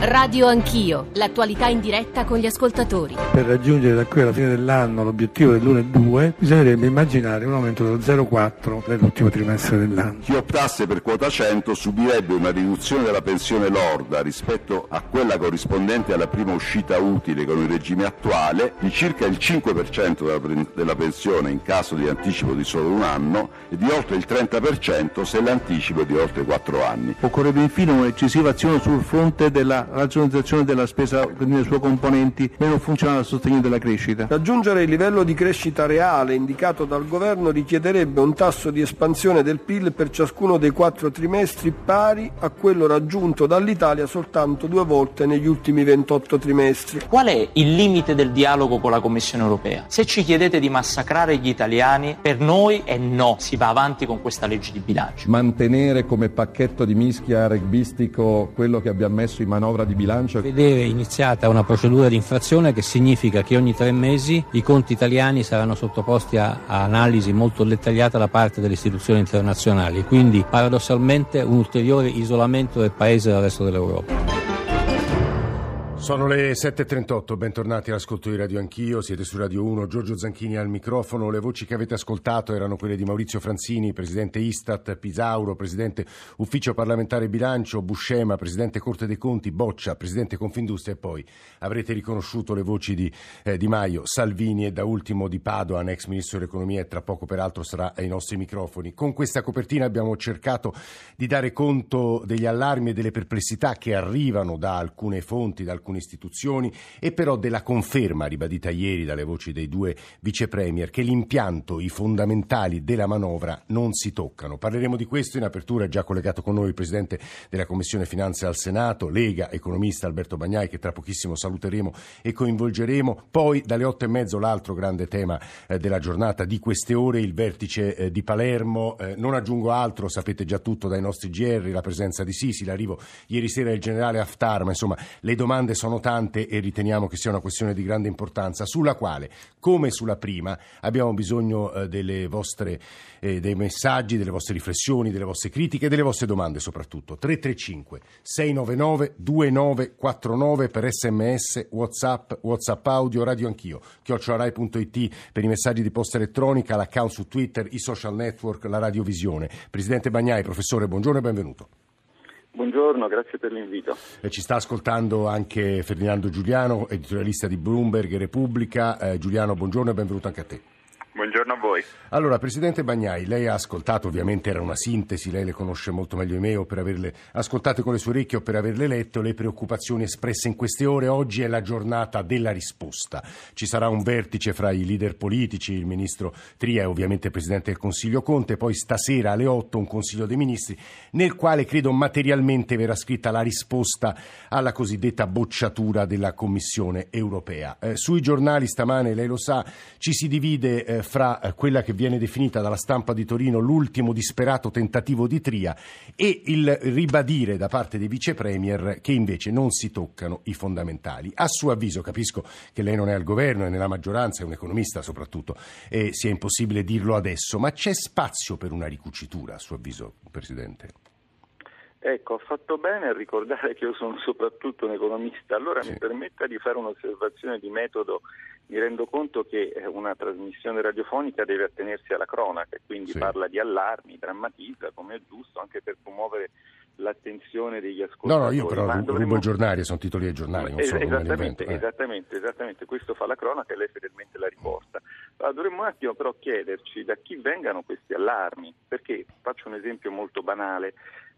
Radio Anch'io, l'attualità in diretta con gli ascoltatori. Per raggiungere da qui alla fine dell'anno l'obiettivo dell'1,2 bisognerebbe immaginare un aumento dello 0,4 nell'ultimo trimestre dell'anno. Chi optasse per quota 100 subirebbe una riduzione della pensione lorda rispetto a quella corrispondente alla prima uscita utile con il regime attuale di circa il 5% della pensione in caso di anticipo di solo un anno e di oltre il 30% se l'anticipo è di oltre 4 anni. Occorrerebbe infine un'eccessiva azione sul fronte della razionalizzazione della spesa nelle sue componenti meno funzionali al sostegno della crescita. Raggiungere il livello di crescita reale indicato dal governo richiederebbe un tasso di espansione del PIL per ciascuno dei 4 trimestri pari a quello raggiunto dall'Italia soltanto 2 volte negli ultimi 28 trimestri. Qual è il limite del dialogo con la Commissione europea? Se ci chiedete di massacrare gli italiani, per noi è no, si va avanti con questa legge di bilancio. Mantenere come pacchetto di mischia rugbyistico quello che abbiamo messo in manovra di bilancio. Vedere iniziata una procedura di infrazione che significa che ogni 3 mesi i conti italiani saranno sottoposti a analisi molto dettagliata da parte delle istituzioni internazionali, quindi paradossalmente un ulteriore isolamento del Paese dal resto dell'Europa. Sono le 7.38, bentornati all'ascolto di Radio Anch'io, siete su Radio 1, Giorgio Zanchini al microfono. Le voci che avete ascoltato erano quelle di Maurizio Franzini, presidente Istat, Pisauro, presidente Ufficio Parlamentare Bilancio, Buscema, presidente Corte dei Conti, Boccia, presidente Confindustria, e poi avrete riconosciuto le voci di Di Maio, Salvini e da ultimo di Padoan, ex ministro dell'Economia, e tra poco peraltro sarà ai nostri microfoni. Con questa copertina abbiamo cercato di dare conto degli allarmi e delle perplessità che arrivano da alcune fonti, da alcune istituzioni, e però della conferma ribadita ieri dalle voci dei due vice premier che l'impianto, i fondamentali della manovra non si toccano. Parleremo di questo. In apertura è già collegato con noi il presidente della Commissione Finanze al Senato, Lega, economista Alberto Bagnai, che tra pochissimo saluteremo e coinvolgeremo. Poi dalle 8:30 l'altro grande tema della giornata di queste ore, il vertice di Palermo. Non aggiungo altro, sapete già tutto dai nostri GR, la presenza di Sisi, l'arrivo ieri sera del generale Haftar, ma insomma le domande sono tante e riteniamo che sia una questione di grande importanza sulla quale, come sulla prima, abbiamo bisogno delle vostre dei messaggi, delle vostre riflessioni, delle vostre critiche e delle vostre domande soprattutto. 335 699 2949 per SMS, WhatsApp audio, Radio Anch'io @rai.it per i messaggi di posta elettronica, l'account su Twitter, i social network, la radiovisione. Presidente Bagnai, professore, buongiorno e benvenuto. Buongiorno, grazie per l'invito. Ci sta ascoltando anche Ferdinando Giuliano, editorialista di Bloomberg e Repubblica. Giuliano, buongiorno e benvenuto anche a te. Buongiorno a voi. Allora, Presidente Bagnai, lei ha ascoltato, ovviamente era una sintesi, lei le conosce molto meglio di me, o per averle ascoltate con le sue orecchie o per averle letto, le preoccupazioni espresse in queste ore. Oggi è la giornata della risposta. Ci sarà un vertice fra i leader politici, il ministro Tria e ovviamente il Presidente del Consiglio Conte, poi stasera alle 8 un Consiglio dei Ministri, nel quale credo materialmente verrà scritta la risposta alla cosiddetta bocciatura della Commissione europea. Sui giornali stamane, lei lo sa, ci si divide fra quella che viene definita dalla Stampa di Torino l'ultimo disperato tentativo di Tria e il ribadire da parte dei vice premier che invece non si toccano i fondamentali. A suo avviso, capisco che lei non è al governo e nella maggioranza, è un economista soprattutto, e sia impossibile dirlo adesso, ma c'è spazio per una ricucitura, a suo avviso, Presidente? Ecco, ho fatto bene a ricordare che io sono soprattutto un economista. Allora mi permetta di fare un'osservazione di metodo. Mi rendo conto che una trasmissione radiofonica deve attenersi alla cronaca, quindi parla di allarmi, drammatizza, come è giusto, anche per promuovere l'attenzione degli ascoltatori. No, io però rubo il giornale, sono titoli ai giornali, non so come invento. Esattamente, questo fa la cronaca e lei fedelmente la riporta. Allora, dovremmo un attimo però chiederci da chi vengano questi allarmi, perché faccio un esempio molto banale.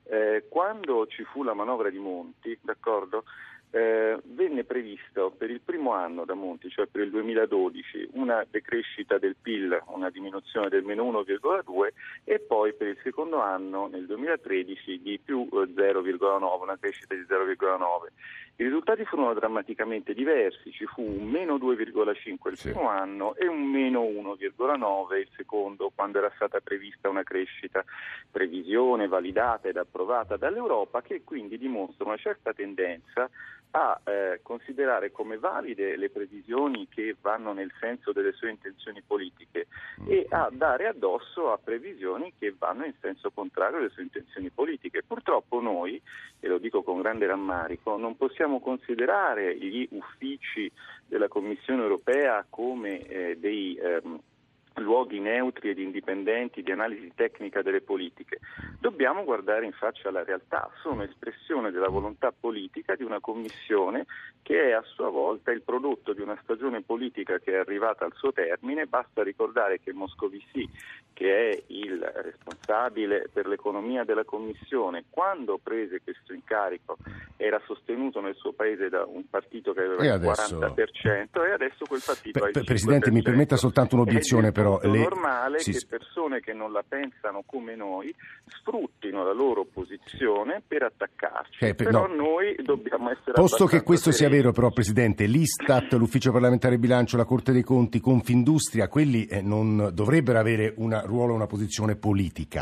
Quando ci fu la manovra di Monti, d'accordo? Venne previsto per il primo anno da Monti, cioè per il 2012, una decrescita del PIL, una diminuzione del meno 1,2 e poi per il secondo anno, nel 2013, di più 0,9, una crescita di 0,9. I risultati furono drammaticamente diversi, ci fu un meno 2,5 il primo anno e un meno 1,9 il secondo, quando era stata prevista una crescita, previsione validata ed approvata dall'Europa, che quindi dimostra una certa tendenza a considerare come valide le previsioni che vanno nel senso delle sue intenzioni politiche e a dare addosso a previsioni che vanno in senso contrario alle sue intenzioni politiche. Purtroppo noi, e lo lo dico con grande rammarico, non possiamo considerare gli uffici della Commissione europea come dei luoghi neutri ed indipendenti di analisi tecnica delle politiche. Dobbiamo guardare in faccia alla realtà, sono espressione della volontà politica di una commissione che è a sua volta il prodotto di una stagione politica che è arrivata al suo termine. Basta ricordare che Moscovici, che è il responsabile per l'economia della Commissione, quando prese questo incarico era sostenuto nel suo paese da un partito che aveva il 40% e adesso quel partito ha il 5%. Presidente, mi permetta soltanto un'obiezione però. È normale che persone che non la pensano come noi sfruttino la loro posizione per attaccarci, però noi dobbiamo essere posto che questo sereni. sia vero però, Presidente, l'Istat, l'Ufficio Parlamentare Bilancio, la Corte dei Conti, Confindustria, quelli non dovrebbero avere un ruolo, una posizione politica.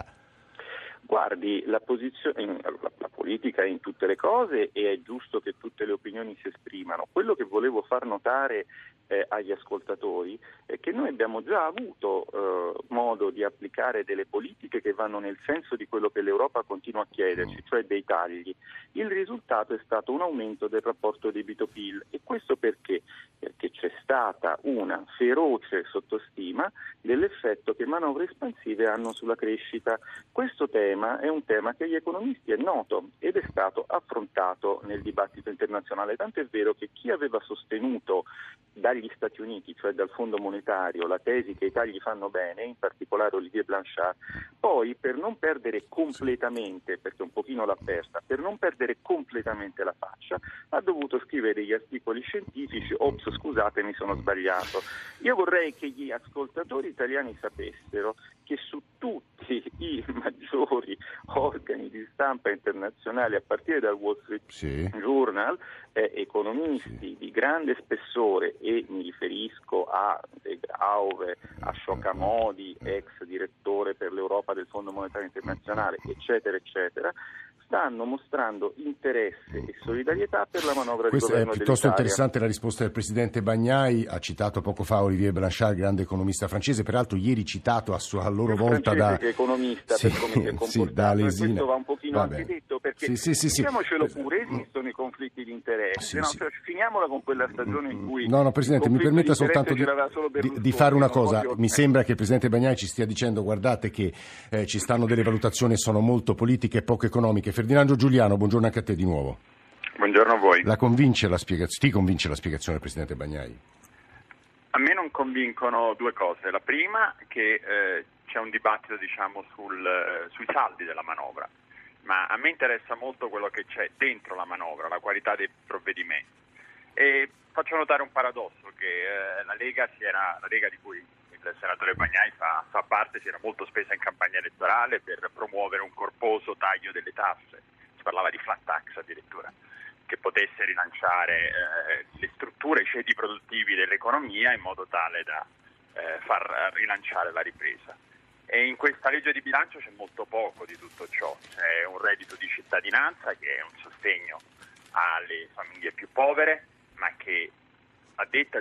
Guardi, la politica è in tutte le cose e è giusto che tutte le opinioni si esprimano. Quello che volevo far notare agli ascoltatori è che noi abbiamo già avuto modo di applicare delle politiche che vanno nel senso di quello che l'Europa continua a chiederci, cioè dei tagli. Il risultato è stato un aumento del rapporto debito-PIL, e questo perché? Perché c'è stata una feroce sottostima dell'effetto che manovre espansive hanno sulla crescita. Questo tema è un tema che agli economisti è noto ed è stato affrontato nel dibattito internazionale, tanto è vero che chi aveva sostenuto dagli Stati Uniti, cioè dal Fondo Monetario, la tesi che i tagli fanno bene, in particolare Olivier Blanchard, poi per non perdere completamente, perché un pochino l'ha persa, per non perdere completamente la faccia, ha dovuto scrivere degli articoli scientifici. Ops, scusate, mi sono sbagliato. Io vorrei che gli ascoltatori italiani sapessero che su tutti i maggiori organi di stampa internazionali, a partire dal Wall Street Journal, economisti di grande spessore, e mi riferisco a De Grauwe, a Sciocamodi, ex direttore per l'Europa del Fondo Monetario Internazionale, eccetera, eccetera, stanno mostrando interesse e solidarietà per la manovra di governo dell'Italia. È piuttosto interessante la risposta del Presidente Bagnai. Ha citato poco fa Olivier Blanchard, grande economista francese, peraltro ieri citato a loro volta da... che economista, per come si è comportato, da Alesina. Questo va un pochino anche detto, perché diciamocelo pure, esistono i conflitti di interesse, Cioè, finiamola con quella stagione in cui... No, Presidente, mi permetta soltanto di fare una cosa. Mi sembra che il Presidente Bagnai ci stia dicendo: guardate che ci stanno delle valutazioni che sono molto politiche e poco economiche. Ferdinando Giuliano, buongiorno anche a te di nuovo. Buongiorno a voi. Ti convince la spiegazione del Presidente Bagnai? A me non convincono due cose. La prima, che c'è un dibattito sui saldi della manovra, ma a me interessa molto quello che c'è dentro la manovra, la qualità dei provvedimenti. E faccio notare un paradosso, che la Lega di cui il senatore Bagnai fa parte, si era molto spesa in campagna elettorale per promuovere un corposo taglio delle tasse. Si parlava di flat tax addirittura, che potesse rilanciare le strutture, i ceti produttivi dell'economia in modo tale da far rilanciare la ripresa. E in questa legge di bilancio c'è molto poco di tutto ciò. C'è un reddito di cittadinanza che è un sostegno alle famiglie più povere, ma che, a detta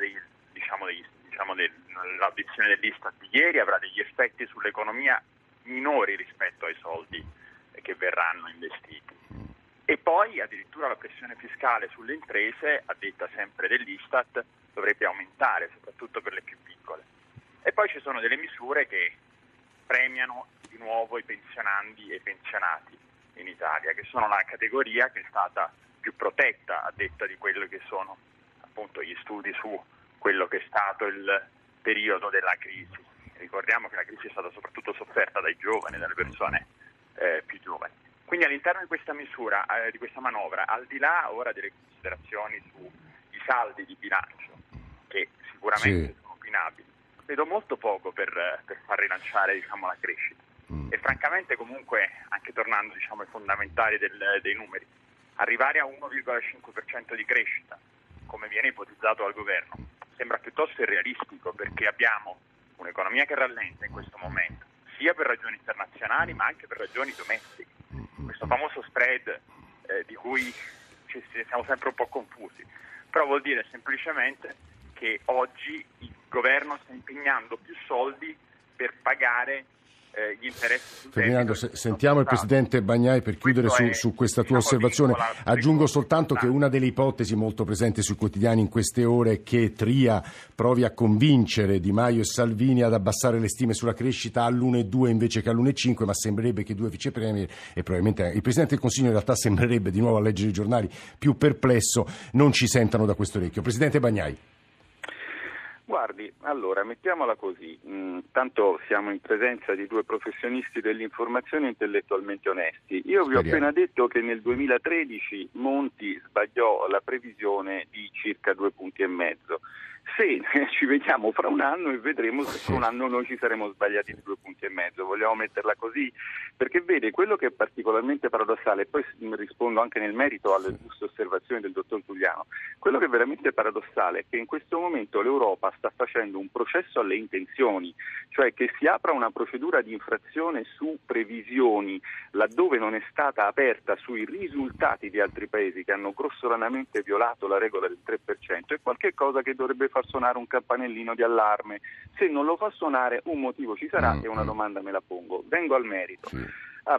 dell'audizione dell'Istat di ieri, avrà degli effetti sull'economia minori rispetto ai soldi che verranno investiti. E poi addirittura la pressione fiscale sulle imprese, a detta sempre dell'Istat, dovrebbe aumentare, soprattutto per le più piccole. E poi ci sono delle misure che premiano di nuovo i pensionandi e i pensionati in Italia, che sono la categoria che è stata più protetta, a detta di quello che sono appunto gli studi su quello che è stato il periodo della crisi. Ricordiamo che la crisi è stata soprattutto sofferta dai giovani, dalle persone più giovani. Quindi all'interno di questa misura, di questa manovra, al di là ora delle considerazioni sui saldi di bilancio, che sicuramente sono opinabili, vedo molto poco per far rilanciare la crescita. E francamente, comunque, anche tornando ai fondamentali dei numeri, arrivare a 1,5% di crescita, come viene ipotizzato dal governo, sembra piuttosto irrealistico, perché abbiamo un'economia che rallenta in questo momento, sia per ragioni internazionali ma anche per ragioni domestiche. Questo famoso spread di cui siamo sempre un po' confusi, però vuol dire semplicemente che oggi il governo sta impegnando più soldi per pagare gli interessi sul Ferdinando, debito. sentiamo il Presidente Bagnai per chiudere su questa tua osservazione. Aggiungo soltanto che una delle ipotesi molto presenti sui quotidiani in queste ore è che Tria provi a convincere Di Maio e Salvini ad abbassare le stime sulla crescita all'1,2 invece che all'1,5, ma sembrerebbe che i due vice premier e probabilmente il Presidente del Consiglio in realtà sembrerebbe, di nuovo a leggere i giornali, più perplesso, non ci sentano da questo orecchio. Presidente Bagnai. Guardi, allora, mettiamola così, tanto siamo in presenza di due professionisti dell'informazione intellettualmente onesti. Io vi ho appena detto che nel 2013 Monti sbagliò la previsione di circa 2,5 punti. Se ci vediamo fra un anno e vedremo se fra un anno noi ci saremo sbagliati di 2,5 punti, vogliamo metterla così? Perché vede, quello che è particolarmente paradossale, e poi rispondo anche nel merito alle giuste osservazioni del dottor Giuliano, quello che è veramente paradossale è che in questo momento l'Europa sta facendo un processo alle intenzioni, cioè che si apra una procedura di infrazione su previsioni laddove non è stata aperta sui risultati di altri paesi che hanno grossolanamente violato la regola del 3%, è qualche cosa che dovrebbe far suonare un campanellino di allarme. Se non lo fa suonare un motivo ci sarà e una domanda me la pongo. Vengo al merito. Ha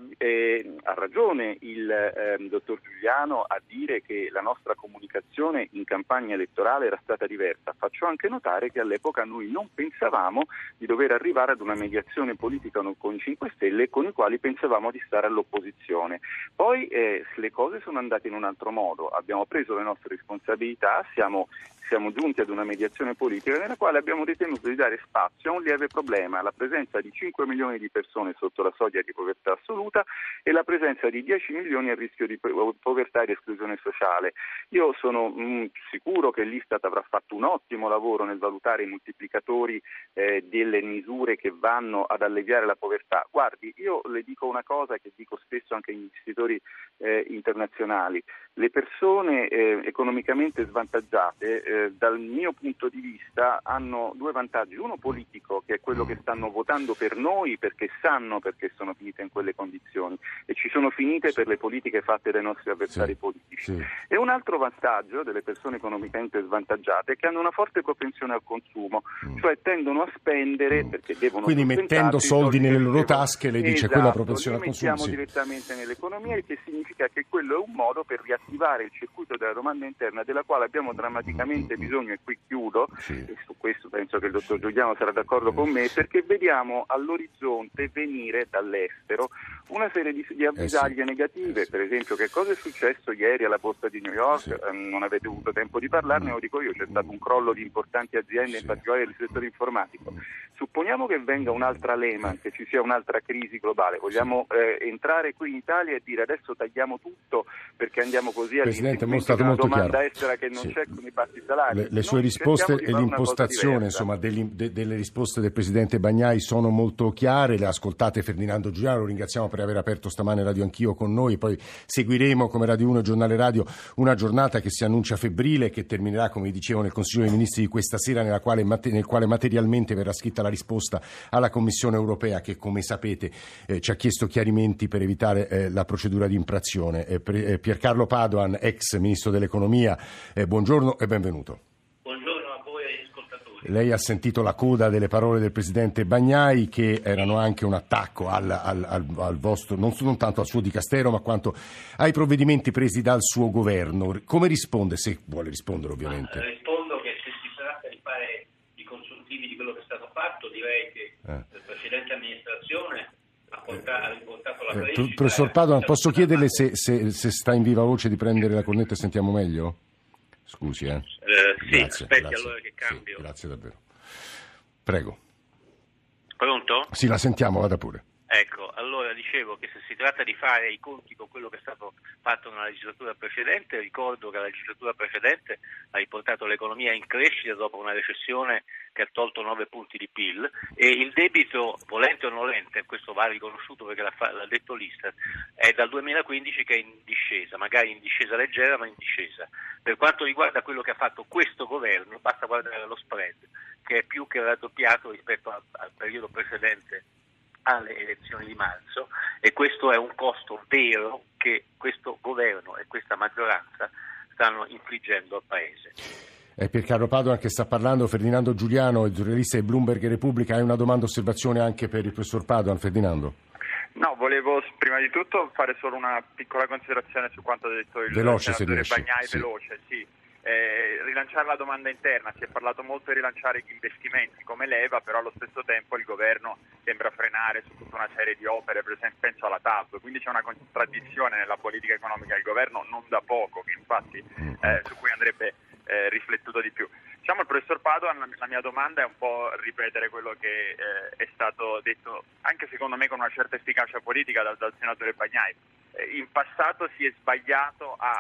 ragione il dottor Giuliano a dire che la nostra comunicazione in campagna elettorale era stata diversa. Faccio anche notare che all'epoca noi non pensavamo di dover arrivare ad una mediazione politica con i 5 Stelle con i quali pensavamo di stare all'opposizione. Poi le cose sono andate in un altro modo, abbiamo preso le nostre responsabilità, siamo giunti ad una mediazione politica nella quale abbiamo ritenuto di dare spazio a un lieve problema, la presenza di 5 milioni di persone sotto la soglia di povertà assoluta e la presenza di 10 milioni a rischio di povertà ed esclusione sociale. Io sono sicuro che l'Istat avrà fatto un ottimo lavoro nel valutare i moltiplicatori delle misure che vanno ad alleviare la povertà. Guardi, io le dico una cosa che dico spesso anche agli investitori internazionali. Le persone economicamente svantaggiate dal mio punto di vista hanno due vantaggi, uno politico che è quello che stanno votando per noi perché sanno perché sono finite in quelle condizioni e ci sono finite per le politiche fatte dai nostri avversari politici, e un altro vantaggio delle persone economicamente svantaggiate è che hanno una forte propensione al consumo, cioè tendono a spendere perché devono, quindi mettendo soldi nelle loro tasche, lei dice quella propensione al consumo, mettiamo direttamente nell'economia, il che significa che quello è un modo per riattivare il circuito della domanda interna della quale abbiamo drammaticamente bisogno, e qui chiudo, e su questo penso che il dottor Giuliano sarà d'accordo con me, perché vediamo all'orizzonte venire dall'estero una serie di avvisaglie negative. Per esempio, che cosa è successo ieri alla borsa di New York? Non avete avuto tempo di parlarne, lo dico io, c'è stato un crollo di importanti aziende, in particolare del settore informatico. Supponiamo che venga un'altra Lehman, che ci sia un'altra crisi globale, vogliamo entrare qui in Italia e dire adesso tagliamo tutto perché andiamo così a una domanda estera che non c'è con i bassi salari. Le sue risposte e l'impostazione insomma delle risposte del Presidente Bagnai sono molto chiare, le ascoltate Ferdinando Giuliano, lo ringraziamo per aver aperto stamane Radio Anch'io con noi, poi seguiremo come Radio 1 e Giornale Radio una giornata che si annuncia febbrile e che terminerà, come dicevo, nel Consiglio dei Ministri di questa sera, nel quale materialmente verrà scritta la risposta alla Commissione europea che, come sapete, ci ha chiesto chiarimenti per evitare la procedura di infrazione. Piercarlo Padoan, ex Ministro dell'Economia, buongiorno e benvenuto. Buongiorno a voi e agli ascoltatori. Lei ha sentito la coda delle parole del Presidente Bagnai, che erano anche un attacco al vostro, non tanto al suo dicastero, ma quanto ai provvedimenti presi dal suo governo. Come risponde, se vuole rispondere ovviamente? Rispondo che se si tratta di fare i consuntivi di quello che è stato fatto, direi che la precedente amministrazione ha riportato la crescita. Professor Padoan, posso chiederle se sta in viva voce di prendere la cornetta e sentiamo meglio? Scusi, sì, aspetti allora che cambio. Sì, grazie davvero. Prego. Pronto? Sì, la sentiamo, vada pure. Ecco, allora dicevo che se si tratta di fare i conti con quello che è stato fatto nella legislatura precedente, ricordo che la legislatura precedente ha riportato l'economia in crescita dopo una recessione che ha tolto 9 punti di PIL, e il debito, volente o nolente, questo va riconosciuto perché l'ha detto l'Istat, è dal 2015 che è in discesa, magari in discesa leggera ma in discesa. Per quanto riguarda quello che ha fatto questo governo, basta guardare lo spread, che è più che raddoppiato rispetto al periodo precedente alle elezioni di marzo, e questo è un costo vero che questo governo e questa maggioranza stanno infliggendo al Paese. È Piercarlo Padoan che sta parlando. Ferdinando Giuliano, giornalista di Bloomberg e Repubblica. Hai una domanda, osservazione anche per il professor Padoan, Ferdinando? No, volevo prima di tutto fare solo una piccola considerazione su quanto ha detto il senatore Bagnai, sì. Veloce, sì. Rilanciare la domanda interna, si è parlato molto di rilanciare gli investimenti come leva, però allo stesso tempo il governo sembra frenare su tutta una serie di opere, per esempio penso alla TAV, quindi c'è una contraddizione nella politica economica del governo non da poco, che infatti su cui andrebbe riflettuto di più. Diciamo al professor Padoan, la mia domanda è un po' ripetere quello che è stato detto, anche secondo me con una certa efficacia politica dal senatore Bagnai. In passato si è sbagliato a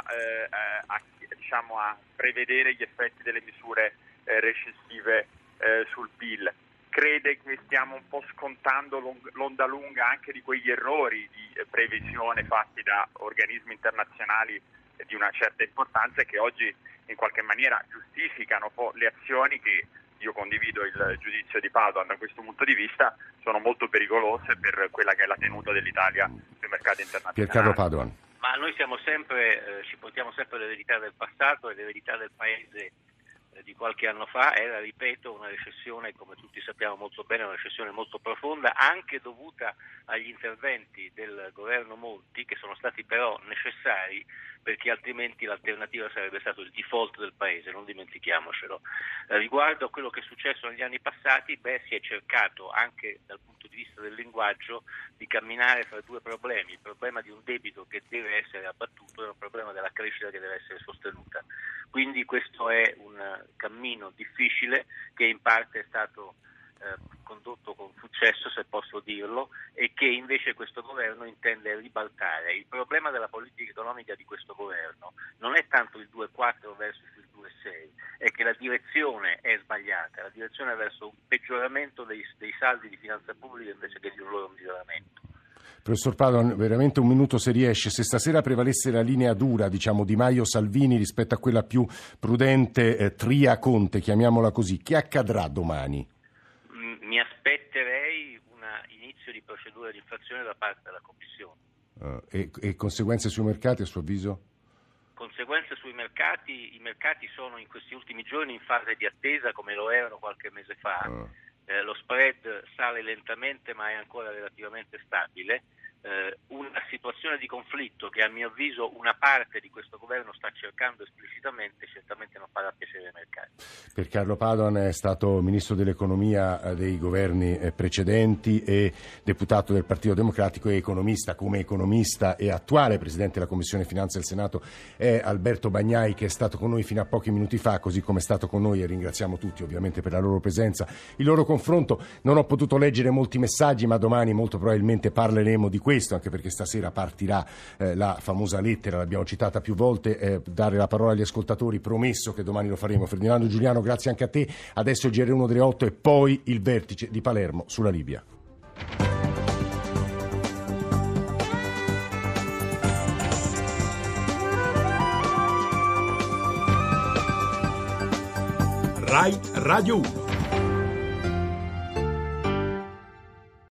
prevedere gli effetti delle misure recessive sul PIL. Crede che stiamo un po' scontando l'onda lunga anche di quegli errori di previsione fatti da organismi internazionali di una certa importanza e che oggi in qualche maniera giustificano le azioni che, io condivido il giudizio di Padoan da questo punto di vista, sono molto pericolose per quella che è la tenuta dell'Italia sui mercati internazionali. Piercarlo Padoan. Ma noi siamo sempre, ci portiamo sempre l'eredità del passato e l'eredità del paese di qualche anno fa era, ripeto, una recessione, come tutti sappiamo molto bene, una recessione molto profonda, anche dovuta agli interventi del governo Monti, che sono stati però necessari, perché altrimenti l'alternativa sarebbe stato il default del paese, non dimentichiamocelo. Riguardo a quello che è successo negli anni passati, si è cercato anche dal punto di vista del linguaggio di camminare fra due problemi, il problema di un debito che deve essere abbattuto e il problema della crescita che deve essere sostenuta. Quindi questo è un cammino difficile che in parte è stato condotto con successo, se posso dirlo, e che invece questo governo intende ribaltare. Il problema della politica economica di questo governo non è tanto il 2,4 versus il 2,6, è che la direzione è sbagliata, la direzione è verso un peggioramento dei saldi di finanza pubblica invece che di un loro miglioramento. Professor Padoan, veramente un minuto se riesce. Se stasera prevalesse la linea dura, diciamo, Di Maio-Salvini rispetto a quella più prudente Tria-Conte, chiamiamola così, che accadrà domani? Mi aspetterei un inizio di procedura di infrazione da parte della Commissione. E conseguenze sui mercati, a suo avviso? Conseguenze sui mercati, i mercati sono in questi ultimi giorni in fase di attesa come lo erano qualche mese fa. Lo spread sale lentamente ma è ancora relativamente stabile. Una situazione di conflitto che a mio avviso una parte di questo governo sta cercando esplicitamente certamente non farà piacere ai mercati. Piercarlo Padoan è stato ministro dell'economia dei governi precedenti e deputato del Partito Democratico e economista. Come economista e attuale presidente della Commissione Finanze del Senato è Alberto Bagnai, che è stato con noi fino a pochi minuti fa, così come è stato con noi, e ringraziamo tutti ovviamente per la loro presenza, il loro confronto. Non ho potuto leggere molti messaggi, ma domani molto probabilmente parleremo di questo, anche perché stasera partirà la famosa lettera, l'abbiamo citata più volte. Dare la parola agli ascoltatori, promesso che domani lo faremo. Ferdinando Giuliano, grazie anche a te. Adesso il GR1 delle 8 e poi il vertice di Palermo sulla Libia. Rai Radio 1.